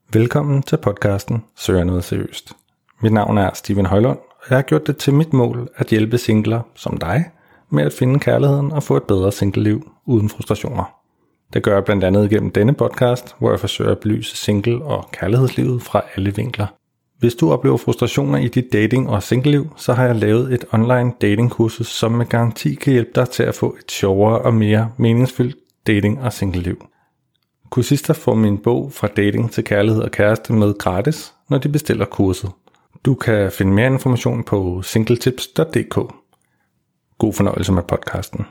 Velkommen til podcasten Søger noget seriøst. Mit navn er Steven Højlund, og jeg har gjort det til mit mål at hjælpe singler som dig med at finde kærligheden og få et bedre singleliv uden frustrationer. Det gør jeg blandt andet gennem denne podcast, hvor jeg forsøger at belyse single- og kærlighedslivet fra alle vinkler. Hvis du oplever frustrationer i dit dating- og singleliv, så har jeg lavet et online datingkursus, som med garanti kan hjælpe dig til at få et sjovere og mere meningsfyldt dating- og singleliv. Kursister får min bog Fra dating til kærlighed og kæreste med gratis, når de bestiller kurset. Du kan finde mere information på singletips.dk. God fornøjelse med podcasten.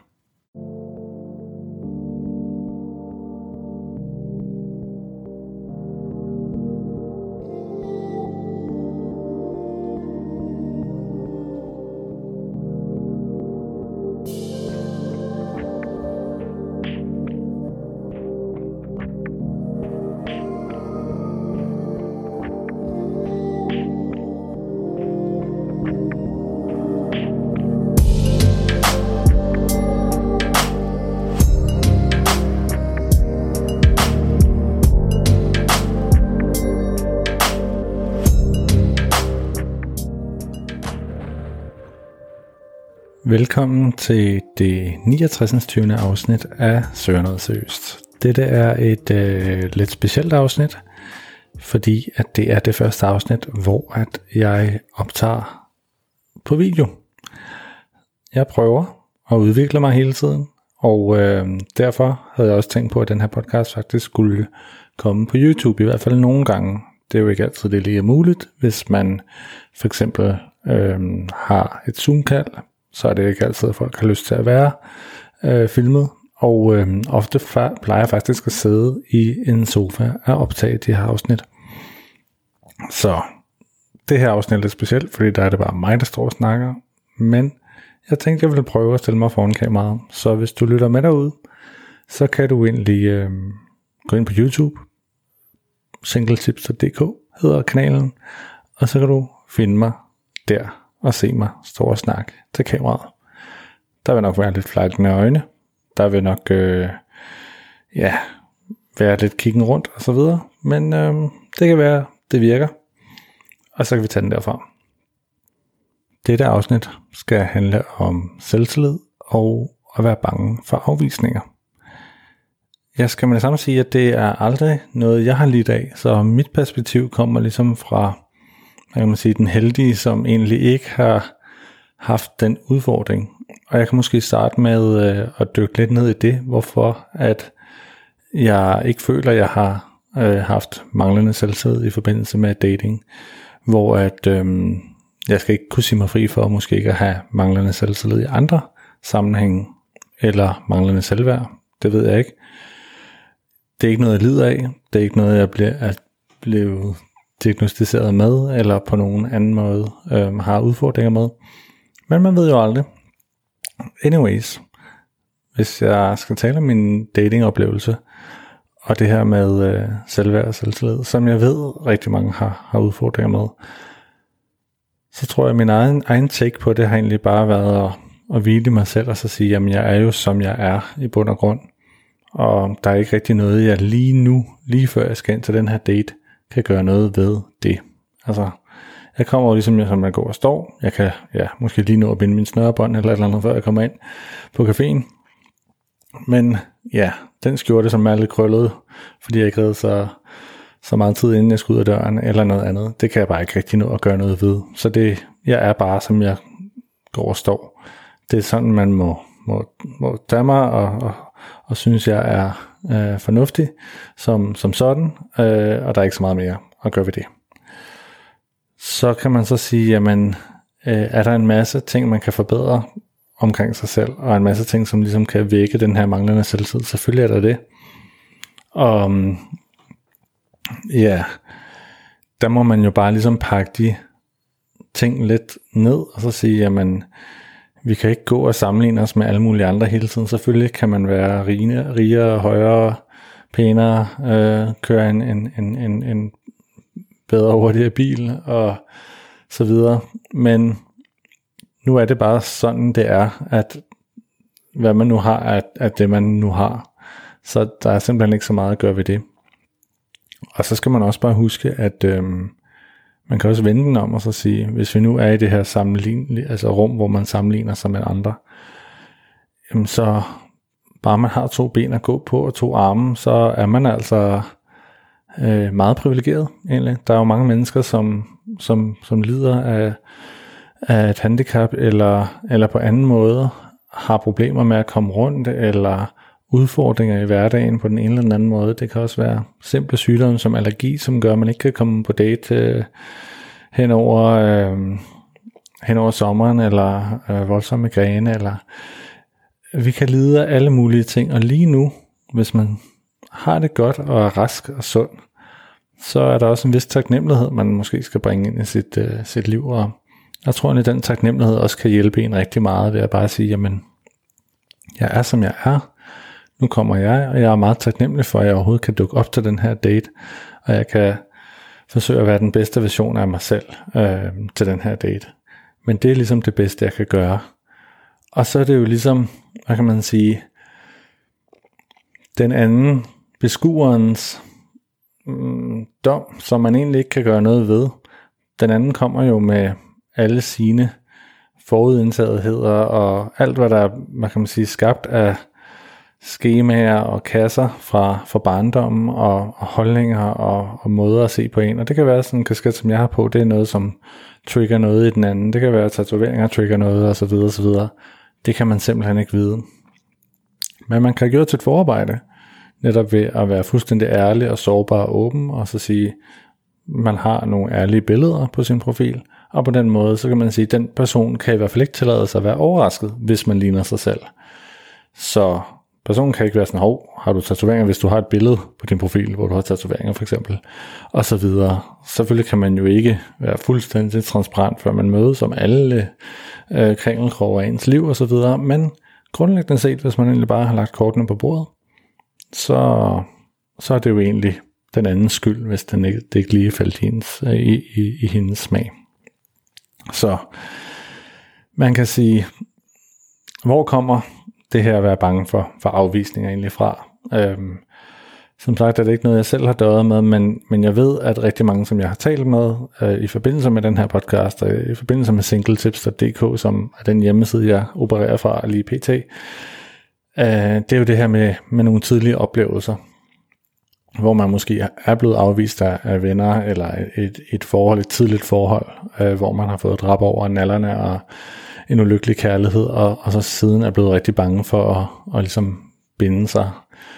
Velkommen til det 69. 20. afsnit af Søger noget seriøst. Dette er et lidt specielt afsnit, fordi at det er det første afsnit, hvor at jeg optager på video. Jeg prøver at udvikle mig hele tiden, og derfor havde jeg også tænkt på, at den her podcast faktisk skulle komme på YouTube, i hvert fald nogle gange. Det er jo ikke altid, det lige er muligt, hvis man for eksempel har et Zoom-kald, så er det ikke altid, at folk har lyst til at være filmet. Og ofte plejer jeg faktisk at sidde i en sofa og optage de her afsnit. Så det her afsnit er lidt specielt, fordi der er det bare mig, der står og snakker. Men jeg tænkte, jeg ville prøve at stille mig foran kameraet. Så hvis du lytter med derude, så kan du egentlig gå ind på YouTube. Singletips.dk hedder kanalen. Og så kan du finde mig der og se mig stå og snakke til kameraet. Der vil nok være lidt flejtende øjne. Der vil nok være lidt kiggen rundt og så videre. Men det kan være, det virker. Og så kan vi tage den derfra. Dette afsnit skal handle om selvtillid og at være bange for afvisninger. Jeg skal med det samme sige, at det er aldrig noget, jeg har lidt af. Så mit perspektiv kommer ligesom fra, hvad kan man sige, den heldige, som egentlig ikke har haft den udfordring. Og jeg kan måske starte med at dykke lidt ned i det, hvorfor at jeg ikke føler, at jeg har haft manglende selvtillid i forbindelse med dating. Hvor at jeg skal ikke kunne sige mig fri for måske ikke at have manglende selvtillid i andre sammenhænge, eller manglende selvværd. Det ved jeg ikke. Det er ikke noget, jeg lider af. Det er ikke noget, jeg bliver diagnosticeret med, eller på nogen anden måde har udfordringer med. Men man ved jo aldrig. Anyways, hvis jeg skal tale om min datingoplevelse, og det her med selvværd og selvtillid, som jeg ved rigtig mange har udfordringer med, så tror jeg, at min egen take på det har egentlig bare været at hvile mig selv, og så sige, jamen jeg er jo som jeg er i bund og grund. Og der er ikke rigtig noget, jeg lige nu, lige før jeg skal ind til den her date, kan gøre noget ved det. Altså, jeg kommer jo ligesom, som jeg går og står. Jeg kan måske lige nå at binde min snørebånd eller et eller andet, før jeg kommer ind på caféen. Men ja, den skjorte, som er lidt krøllet, fordi jeg ikke havde så meget tid, inden jeg skulle ud af døren, eller noget andet, det kan jeg bare ikke rigtig nå at gøre noget ved. Så jeg er bare, som jeg går og står. Det er sådan, man må tage mig og synes, jeg er fornuftig som sådan, og der er ikke så meget mere at gøre ved det. Så kan man så sige, jamen, er der en masse ting, man kan forbedre omkring sig selv, og en masse ting, som ligesom kan vække den her manglende selvtillid. Selvfølgelig er der det. Og ja, der må man jo bare ligesom pakke de ting lidt ned, og så sige, jamen, vi kan ikke gå og sammenligne os med alle mulige andre hele tiden. Selvfølgelig kan man være rigere, højere, pænere, køre en bedre, hurtigere bil og så videre. Men nu er det bare sådan, det er, at hvad man nu har, er det man nu har. Så der er simpelthen ikke så meget at gøre ved det. Og så skal man også bare huske, at man kan også vende den om og så sige, hvis vi nu er i det her altså rum, hvor man sammenligner sig med andre, jamen så bare man har 2 ben at gå på og 2 arme, så er man altså meget privilegeret egentlig. Der er jo mange mennesker, som lider af et handicap, eller på anden måde har problemer med at komme rundt, eller udfordringer i hverdagen på den ene eller den anden måde. Det kan også være simple sygdomme som allergi, som gør, at man ikke kan komme på date hen over sommeren, eller voldsom migræne, eller vi kan lide af alle mulige ting. Og lige nu, hvis man har det godt og er rask og sund, så er der også en vis taknemmelighed, man måske skal bringe ind i sit liv. Og jeg tror, at den taknemmelighed også kan hjælpe en rigtig meget ved at bare sige, jamen, jeg er som jeg er. Nu kommer jeg, og jeg er meget taknemmelig for, at jeg overhovedet kan dukke op til den her date, og jeg kan forsøge at være den bedste version af mig selv til den her date. Men det er ligesom det bedste, jeg kan gøre. Og så er det jo ligesom, hvad kan man sige, den anden beskuerens dom, som man egentlig ikke kan gøre noget ved. Den anden kommer jo med alle sine forudindtagetheder og alt, hvad der er, hvad kan man sige, skabt af skemaer og kasser fra barndommen og holdninger og måder at se på en. Og det kan være sådan en kasket, som jeg har på, det er noget, som trigger noget i den anden. Det kan være tatoveringer, trigger noget osv. osv. Det kan man simpelthen ikke vide. Men man kan gøre til et forarbejde, netop ved at være fuldstændig ærlig og sårbar og åben, og så sige, man har nogle ærlige billeder på sin profil, og på den måde, så kan man sige, at den person kan i hvert fald ikke tillade sig at være overrasket, hvis man ligner sig selv. Så personen kan ikke være sådan, har du tatoveringer, hvis du har et billede på din profil, hvor du har tatoveringer for eksempel, og så videre. Selvfølgelig kan man jo ikke være fuldstændig transparent, før man mødes om alle kringelkroge af ens liv og så videre, men grundlæggende set, hvis man egentlig bare har lagt kortene på bordet, så er det jo egentlig den andens skyld, hvis det ikke lige faldt i hendes smag. Så man kan sige, hvor kommer det her at være bange for afvisninger egentlig fra? Som sagt er det ikke noget, jeg selv har døjet med, men jeg ved, at rigtig mange, som jeg har talt med i forbindelse med den her podcast, og i forbindelse med singletips.dk, som er den hjemmeside, jeg opererer fra lige pt., det er jo det her med nogle tidlige oplevelser, hvor man måske er blevet afvist af venner, eller et tidligt forhold, hvor man har fået drab over nallerne og en ulykkelig kærlighed, og så siden er blevet rigtig bange for at ligesom binde sig.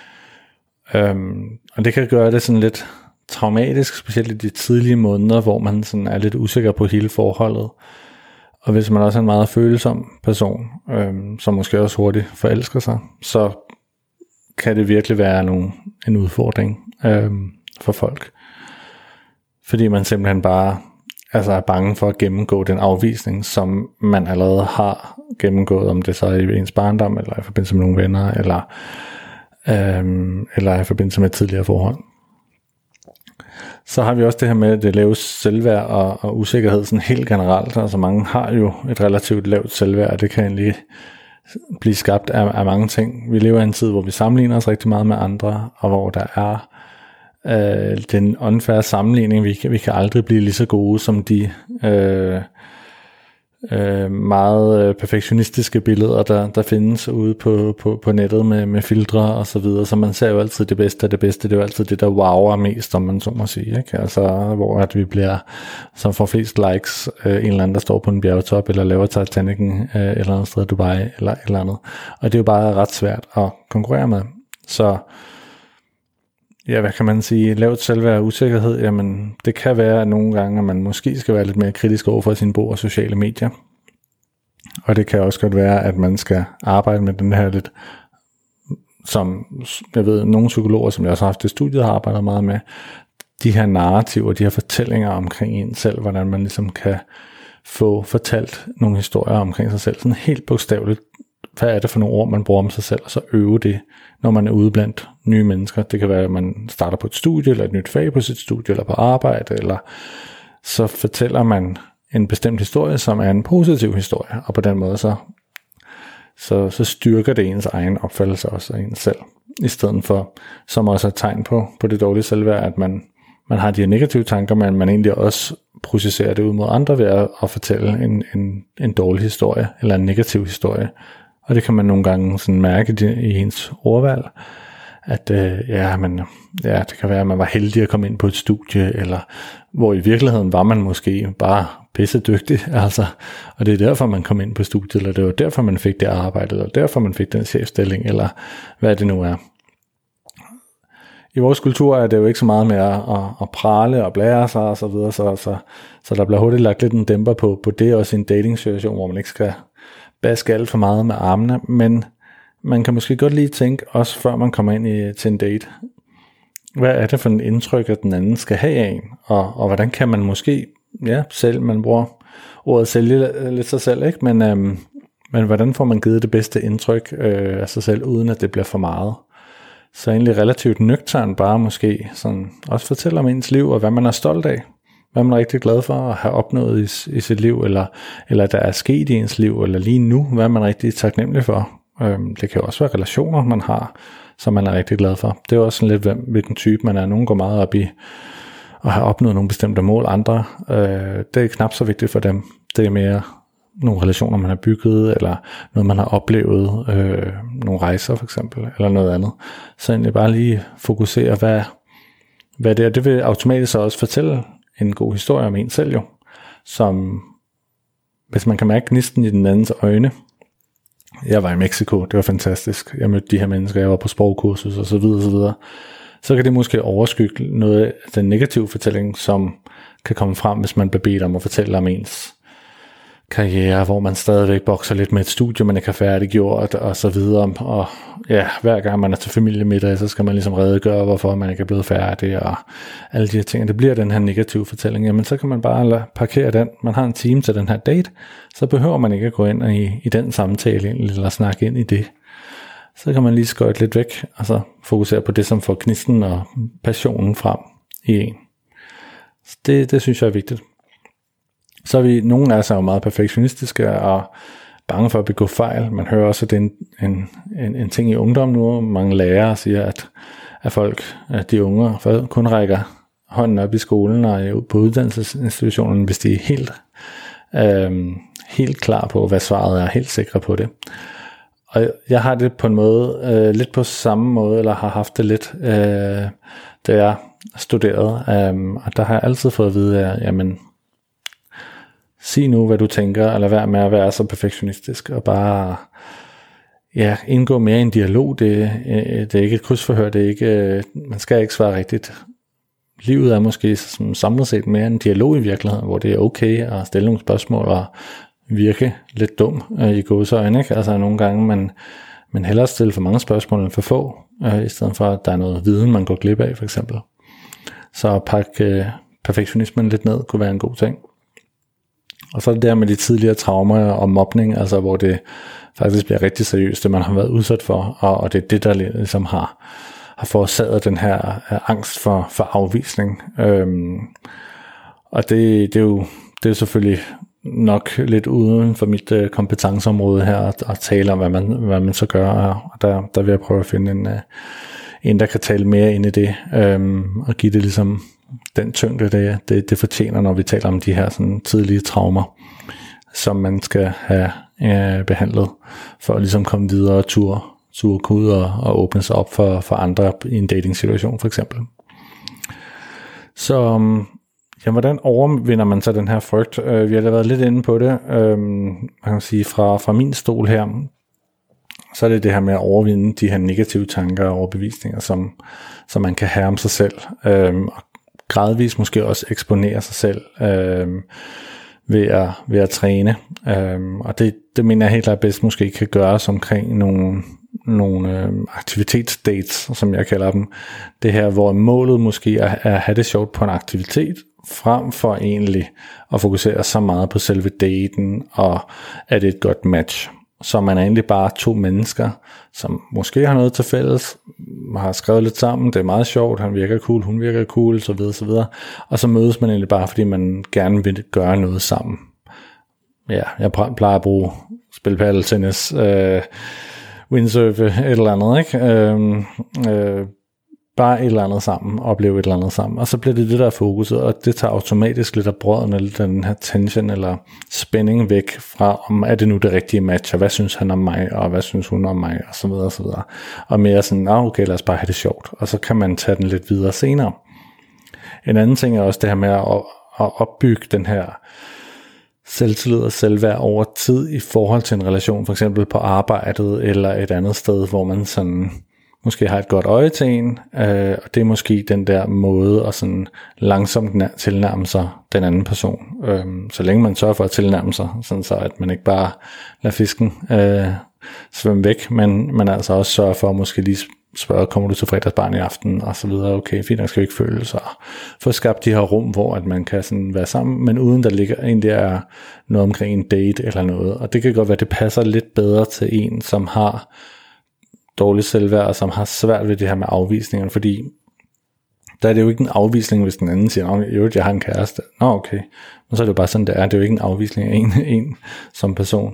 Og det kan gøre det sådan lidt traumatisk, specielt i de tidlige måneder, hvor man sådan er lidt usikker på hele forholdet. Og hvis man også er en meget følsom person, som måske også hurtigt forelsker sig, så kan det virkelig være en udfordring for folk. Fordi man simpelthen bare er bange for at gennemgå den afvisning, som man allerede har gennemgået, om det så er i ens barndom, eller i forbindelse med nogle venner, eller i forbindelse med tidligere forhold. Så har vi også det her med det lave selvværd og usikkerhed sådan helt generelt. Altså mange har jo et relativt lavt selvværd, og det kan egentlig blive skabt af mange ting. Vi lever i en tid, hvor vi sammenligner os rigtig meget med andre, og hvor der er den unfair sammenligning. Vi kan aldrig blive lige så gode som de meget perfektionistiske billeder, der findes ude på nettet med filtre og så videre, så man ser jo altid det bedste af det bedste. Det er jo altid det, der wower mest, om man så må sige, ikke? Altså, hvor at vi bliver, som får flest likes, en eller anden, der står på en bjergetop, eller laver Titanicen et eller andet sted i Dubai, eller et eller andet. Og det er jo bare ret svært at konkurrere med. Så ja, hvad kan man sige? Lavt selvværd og usikkerhed, jamen det kan være at nogle gange, at man måske skal være lidt mere kritisk over for sin brug af sociale medier. Og det kan også godt være, at man skal arbejde med den her lidt, som jeg ved, nogle psykologer, som jeg også har haft i studiet, har arbejdet meget med, de her narrativer, de her fortællinger omkring en selv, hvordan man ligesom kan få fortalt nogle historier omkring sig selv, sådan helt bogstaveligt. Hvad er det for nogle ord, man bruger om sig selv, og så øve det, når man er ude blandt nye mennesker. Det kan være, at man starter på et studie, eller et nyt fag på sit studie, eller på arbejde, eller så fortæller man en bestemt historie, som er en positiv historie, og på den måde så styrker det ens egen opfattelse også af ens selv, i stedet for, som også er et tegn på det dårlige selvværd, at man man har de her negative tanker, men man egentlig også processerer det ud mod andre ved at fortælle en dårlig historie, eller en negativ historie. Og det kan man nogle gange sådan mærke i ens ordvalg, at det kan være, at man var heldig at komme ind på et studie, eller hvor i virkeligheden var man måske bare pissedygtig, altså, og det er derfor, man kom ind på studiet, eller det var derfor, man fik det arbejde, eller derfor, man fik den chefstilling, eller hvad det nu er. I vores kultur er det jo ikke så meget med at prale og blære sig og så videre, så der bliver hurtigt lagt lidt en dæmper på det, også i en dating-situation, hvor man ikke skal baske alt for meget med armene, men man kan måske godt lige tænke, også før man kommer ind til en date, hvad er det for en indtryk, at den anden skal have af en, og hvordan kan man måske, man bruger ordet sælge lidt sig selv, ikke? Men hvordan får man givet det bedste indtryk af sig selv, uden at det bliver for meget? Så egentlig relativt nøgtern bare måske, sådan også fortælle om ens liv, og hvad man er stolt af, hvad man er rigtig glad for at have opnået i sit liv, eller der er sket i ens liv, eller lige nu, hvad man er rigtig taknemmelig for. Det kan jo også være relationer, man har, som man er rigtig glad for. Det er også sådan lidt, hvilken type man er. Nogen går meget op i at have opnået nogle bestemte mål, andre. Det er knap så vigtigt for dem. Det er mere nogle relationer, man har bygget, eller noget, man har oplevet, nogle rejser for eksempel, eller noget andet. Så egentlig bare lige fokusere, hvad det er. Det vil automatisk også fortælle en god historie om en selv jo, som hvis man kan mærke gnisten i den andens øjne. Jeg var i Mexico, det var fantastisk. Jeg mødte de her mennesker, jeg var på sprogkursus og så videre. Så kan det måske overskygge noget af den negative fortælling, som kan komme frem, hvis man bliver bedt om at fortælle om ens karriere, hvor man stadigvæk bokser lidt med et studie, man ikke har færdiggjort og så videre. Og ja, hver gang man er til familiemiddag, så skal man ligesom redegøre, hvorfor man ikke er blevet færdig og alle de her ting. Det bliver den her negative fortælling. Jamen så kan man bare parkere den. Man har en time til den her date, så behøver man ikke at gå ind i den samtale eller snakke ind i det. Så kan man lige skøjte lidt væk, og så fokusere på det, som får gnisten og passionen frem i en. Så det synes jeg er vigtigt. Så er nogle af os er jo meget perfektionistiske og bange for at begå fejl. Man hører også, at det er en ting i ungdommen nu. Mange lærere siger, at folk, at de unge kun rækker hånden op i skolen og på uddannelsesinstitutionen, hvis de er helt klar på, hvad svaret er, helt sikre på det. Og jeg har det på en måde, lidt på samme måde, eller har haft det lidt, da jeg studerede. Og der har jeg altid fået at vide, at jamen, sig nu, hvad du tænker, eller vær med at være så perfektionistisk, og bare indgå mere i en dialog. Det er ikke et krydsforhør, det er ikke, man skal ikke svare rigtigt. Livet er måske som samlet set mere en dialog i virkeligheden, hvor det er okay at stille nogle spørgsmål og virke lidt dum i gåseøjne, ikke? Altså nogle gange man hellere stille for mange spørgsmål end for få, i stedet for at der er noget viden, man går glip af for eksempel. Så at pakke perfektionismen lidt ned kunne være en god ting. Og så er det der med de tidligere traumer og mobning, altså hvor det faktisk bliver rigtig seriøst, det man har været udsat for, og det er det, der ligesom har forårsaget den her angst for afvisning. Og det er jo selvfølgelig nok lidt uden for mit kompetenceområde her at tale om, hvad man så gør, og der vil jeg prøve at finde en der kan tale mere ind i det, og give det ligesom den tyngde, det fortjener, når vi taler om de her sådan tidlige traumer, som man skal have behandlet, for at ligesom komme videre og turde ud og åbne sig op for andre i en dating-situation for eksempel. Så hvordan overvinder man så den her frygt? Vi har da været lidt inde på det, man kan sige fra min stol her, så er det her med at overvinde de her negative tanker og overbevisninger, som man kan have om sig selv, og gradvist måske også eksponere sig selv ved at træne. Og det mener jeg helt klart bedst måske kan gøres omkring nogle aktivitetsdates, som jeg kalder dem. Det her, hvor målet måske er at have det sjovt på en aktivitet, frem for egentlig at fokusere så meget på selve daten, og er det et godt match. Så man er egentlig bare to mennesker, som måske har noget til fælles, har skrevet lidt sammen, det er meget sjovt, han virker cool, hun virker cool, så videre. Og så mødes man egentlig bare, fordi man gerne vil gøre noget sammen. Ja, jeg plejer at bruge spil paddle, tennis, windsurfe, et eller andet, ikke? bare et eller andet sammen, opleve et eller andet sammen, og så bliver det der fokuset, og det tager automatisk lidt af brøden, eller den her tension, eller spænding væk fra, om er det nu det rigtige match, og hvad synes han om mig, og hvad synes hun om mig, og så videre, og så videre. Og mere sådan, okay, lad os bare have det sjovt, og så kan man tage den lidt videre senere. En anden ting er også det her med at opbygge den her selvtillid og selvværd over tid i forhold til en relation, for eksempel på arbejdet eller et andet sted, hvor man sådan måske har et godt øje til en, og det er måske den der måde at sådan langsomt tilnærme sig den anden person. Så længe man sørger for at tilnærme sig, sådan så at man ikke bare lader fisken svømme væk, men altså også sørger for at måske lige spørge, kommer du til fredagsbarn i aften, og så videre, okay, fint, skal vi ikke føle sig. Få skabt de her rum, hvor at man kan sådan være sammen, men uden der ligger egentlig er noget omkring en date eller noget, og det kan godt være, det passer lidt bedre til en, som har dårlig selvværd, og som har svært ved det her med afvisningerne, fordi der er det jo ikke en afvisning, hvis den anden siger, jo, jeg har en kæreste. Nå, okay. Men så er det jo bare sådan, det er. Det er jo ikke en afvisning af en som person.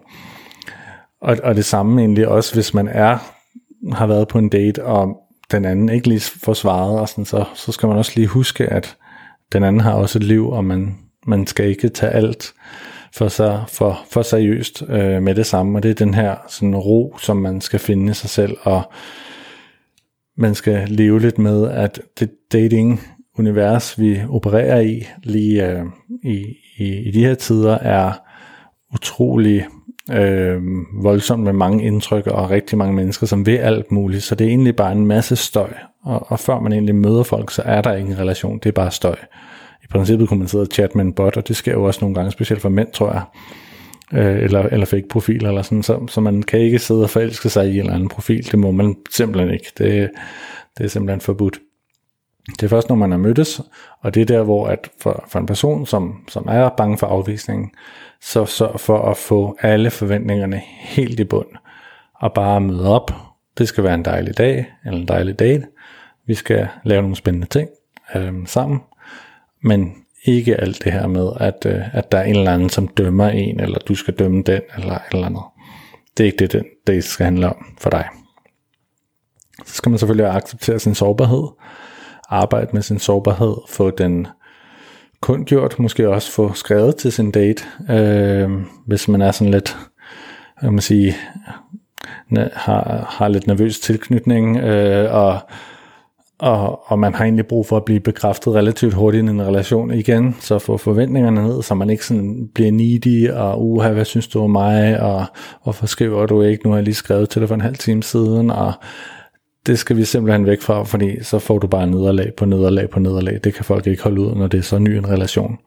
Og det samme egentlig også, hvis man har været på en date, og den anden ikke lige får svaret, og sådan, så skal man også lige huske, at den anden har også et liv, og man skal ikke tage alt for seriøst med det samme, og det er den her sådan ro, som man skal finde i sig selv, og man skal leve lidt med, at det dating-univers, vi opererer i lige i de her tider, er utrolig voldsomt med mange indtryk og rigtig mange mennesker, som vil alt muligt, så det er egentlig bare en masse støj, og før man egentlig møder folk, så er der ingen relation, det er bare støj. I princippet kunne man sidde og chatte med en bot, og det sker jo også nogle gange, specielt for mænd, tror jeg, eller fake profiler, eller sådan, så man kan ikke sidde og forelske sig i en eller anden profil, det må man simpelthen ikke, det er simpelthen forbudt. Det er først, når man er mødtes, og det er der, hvor at for en person, som er bange for afvisningen, så sørg for at få alle forventningerne helt i bund, og bare møde op. Det skal være en dejlig dag, eller en dejlig date. Vi skal lave nogle spændende ting sammen, men ikke alt det her med, at der er en eller anden, som dømmer en, eller du skal dømme den, eller andet. Det er ikke det skal handle om for dig. Så skal man selvfølgelig acceptere sin sårbarhed, arbejde med sin sårbarhed, få den kundgjort, måske også få skrevet til sin date, hvis man er sådan lidt, hvad man sige, har lidt nervøs tilknytning, og man har egentlig brug for at blive bekræftet relativt hurtigt i en relation igen, så få forventningerne ned, så man ikke sådan bliver needy, og hvad synes du om mig, og hvorfor skriver du ikke, nu har jeg lige skrevet til dig for en halv time siden, og det skal vi simpelthen væk fra, fordi så får du bare nederlag på nederlag på nederlag. Det kan folk ikke holde ud, når det er så ny en relation.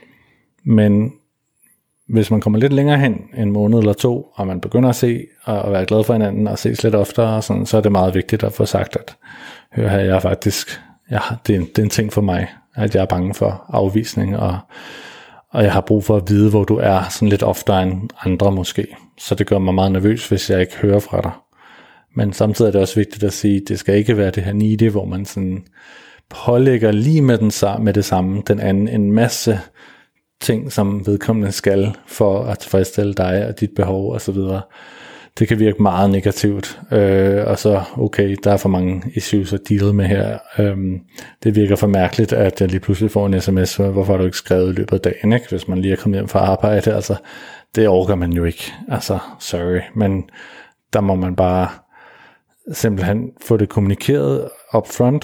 Men hvis man kommer lidt længere hen, en måned eller to, og man begynder at se og være glad for hinanden og ses lidt oftere, sådan, så er det meget vigtigt at få sagt, at hør her, det er en ting for mig, at jeg er bange for afvisning, og jeg har brug for at vide, hvor du er sådan lidt oftere end andre måske. Så det gør mig meget nervøs, hvis jeg ikke hører fra dig. Men samtidig er det også vigtigt at sige, at det skal ikke være det her needy, hvor man sådan pålægger lige med det samme den anden en masse ting, som vedkommende skal for at tilfredsstille dig og dit behov og så videre. Det kan virke meget negativt, og så okay, der er for mange issues at deal med her. Det virker for mærkeligt, at jeg lige pludselig får en sms, hvorfor har du ikke skrevet i løbet af dagen, ikke? Hvis man lige er kommet hjem fra arbejde, altså det orker man jo ikke, altså sorry, men der må man bare simpelthen få det kommunikeret upfront,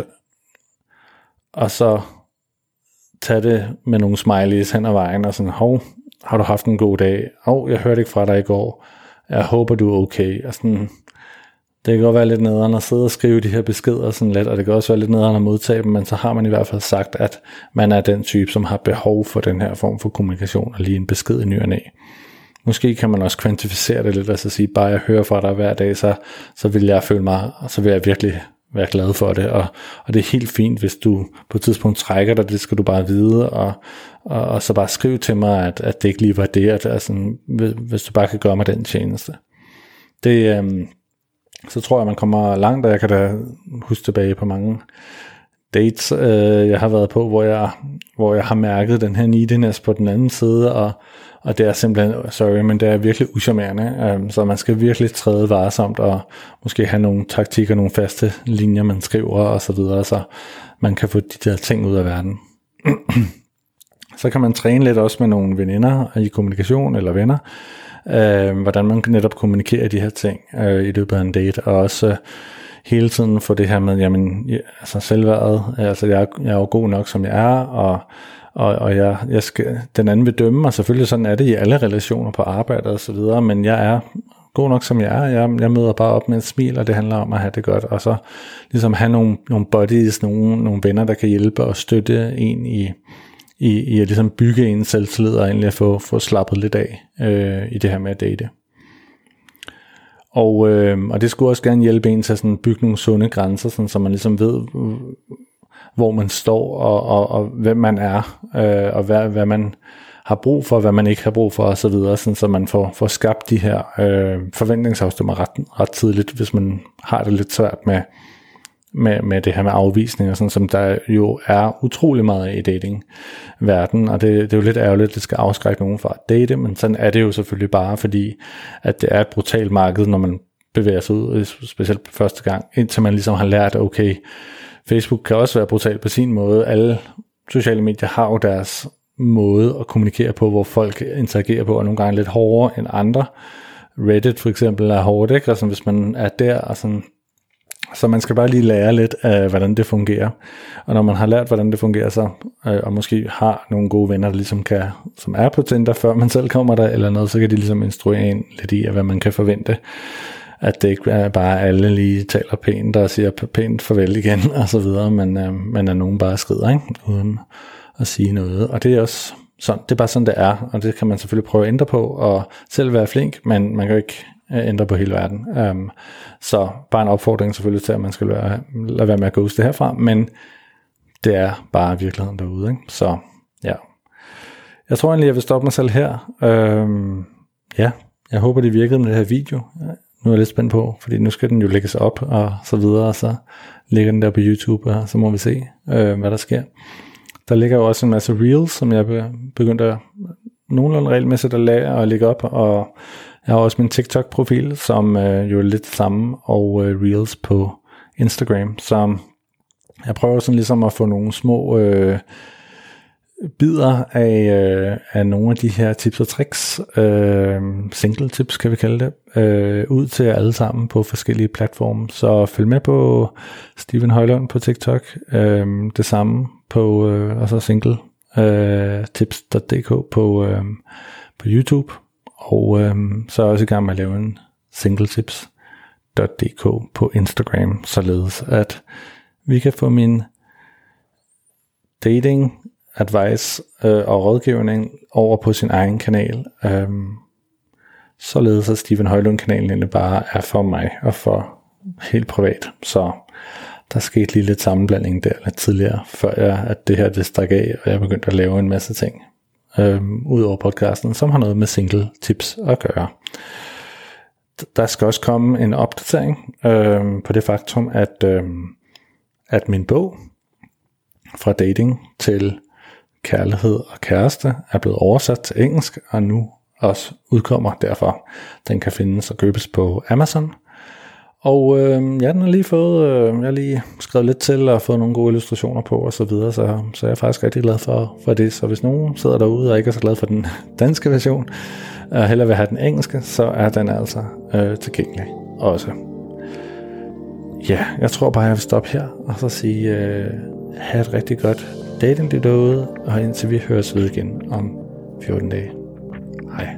og så tage det med nogle smileys hen ad vejen, og sådan, har du haft en god dag? Jeg hørte ikke fra dig i går. Jeg håber, du er okay. Og sådan, det kan godt være lidt nederen at sidde og skrive de her beskeder sådan lidt, og det kan også være lidt nederen at modtage dem, men så har man i hvert fald sagt, at man er den type, som har behov for den her form for kommunikation, og lige en besked i ny og næ. Måske kan man også kvantificere det lidt, altså sige, bare jeg hører fra dig hver dag, så vil jeg føle mig, og så vil jeg virkelig være glad for det, og det er helt fint, hvis du på et tidspunkt trækker dig, det skal du bare vide, og så bare skriv til mig, at det ikke lige var det, at altså, hvis du bare kan gøre mig den tjeneste. Det, så tror jeg, man kommer langt, og jeg kan da huske tilbage på mange dates, jeg har været på, hvor jeg har mærket den her neediness på den anden side, og det er simpelthen, men det er virkelig uschammerende, så man skal virkelig træde varsomt, og måske have nogle taktikker, nogle faste linjer, man skriver, og så videre, så man kan få de der ting ud af verden. Så kan man træne lidt også med nogle veninder i kommunikation, eller venner, hvordan man netop kommunikerer de her ting i løbet af en date, og også hele tiden få det her med, jamen, altså selvværdet, altså jeg er jo god nok, som jeg er, og jeg skal, den anden vil dømme, og selvfølgelig sådan er det i alle relationer på arbejde og så videre, men jeg er god nok, som jeg er, jeg møder bare op med et smil, og det handler om at have det godt, og så ligesom have nogle buddies, nogle venner, der kan hjælpe og støtte en i at ligesom bygge en selvtillid, og egentlig at få slappet lidt af i det her med at date. Og det skulle også gerne hjælpe en til at sådan bygge nogle sunde grænser, sådan, så man ligesom ved, hvor man står, og hvem man er, og hvad man har brug for, hvad man ikke har brug for, og så videre, sådan, så man får skabt de her forventningsafstemmer ret tidligt, hvis man har det lidt svært med det her med afvisninger, sådan, som der jo er utrolig meget af i datingverdenen, og det er jo lidt ærgerligt, at det skal afskrække nogen fra at date, men sådan er det jo selvfølgelig bare, fordi at det er et brutalt marked, når man bevæger sig ud, specielt første gang, indtil man ligesom har lært, okay, Facebook kan også være brutalt på sin måde, alle sociale medier har jo deres måde at kommunikere på, hvor folk interagerer på, og nogle gange lidt hårdere end andre. Reddit for eksempel er hårdt, ikke? Altså hvis man er der, og sådan, så man skal bare lige lære lidt af, hvordan det fungerer. Og når man har lært, hvordan det fungerer, så, og måske har nogle gode venner, der ligesom som er på Tinder, før man selv kommer der, eller noget, så kan de ligesom instruere en lidt i, hvad man kan forvente. At det ikke er bare alle lige taler pænt, og siger pænt farvel igen, og så videre, men at nogen bare skrider, ikke? Uden at sige noget. Og det er også sådan, det er bare sådan, det er, og det kan man selvfølgelig prøve at ændre på, og selv være flink, men man kan jo ikke ændre på hele verden. Så bare en opfordring selvfølgelig til, at man skal lade være med at ghoste herfra, men det er bare virkeligheden derude, ikke? Så ja. Jeg tror egentlig, jeg vil stoppe mig selv her. Ja, jeg håber, det virkede med det her video. Nu er jeg lidt spændt på, fordi nu skal den jo lægges op, og så videre, og så ligger den der på YouTube, og så må vi se, hvad der sker. Der ligger jo også en masse reels, som jeg begyndte at nogenlunde regelmæssigt at lade og lægge op, og jeg har også min TikTok-profil, som jo er lidt samme, og reels på Instagram, så jeg prøver sådan ligesom at få nogle små bidder af nogle af de her tips og tricks, single tips kan vi kalde det, ud til alle sammen på forskellige platforme. Så følg med på Steven Højlund på TikTok, det samme på altså single tips.dk på YouTube, og så er jeg også i gang med at lave en singletips.dk på Instagram, således at vi kan få min dating advice og rådgivning over på sin egen kanal, således at Steven Højlund-kanalen egentlig bare er for mig og for helt privat. Så der skete lige lidt sammenblanding der lidt tidligere, før at det her det stak af, og jeg begyndte at lave en masse ting ud over podcasten, som har noget med single tips at gøre. Der skal også komme en opdatering på det faktum, at min bog fra dating til kærlighed og kæreste er blevet oversat til engelsk, og nu også udkommer derfor. Den kan findes og købes på Amazon. Og den har lige fået, jeg har lige skrevet lidt til og fået nogle gode illustrationer på og så videre, så jeg er faktisk rigtig glad for det. Så hvis nogen sidder derude og ikke er så glad for den danske version, og hellere vil have den engelske, så er den altså tilgængelig også. Ja, jeg tror bare, jeg vil stoppe her og så sige, have et rigtig godt dating derude, og indtil vi høres ved igen om 14 dage. Hej.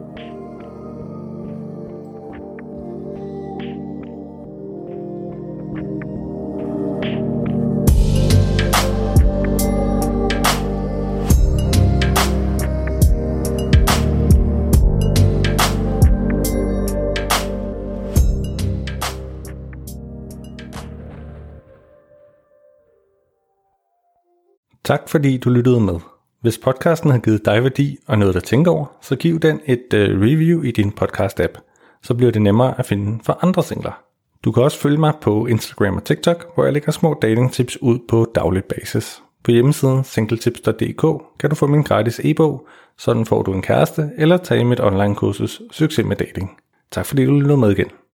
Tak fordi du lyttede med. Hvis podcasten har givet dig værdi og noget at tænke over, så giv den et review i din podcast-app. Så bliver det nemmere at finde for andre singler. Du kan også følge mig på Instagram og TikTok, hvor jeg lægger små datingtips ud på daglig basis. På hjemmesiden singletips.dk kan du få min gratis e-bog, sådan får du en kæreste, eller tage mit online kursus Succes med dating. Tak fordi du lyttede med igen.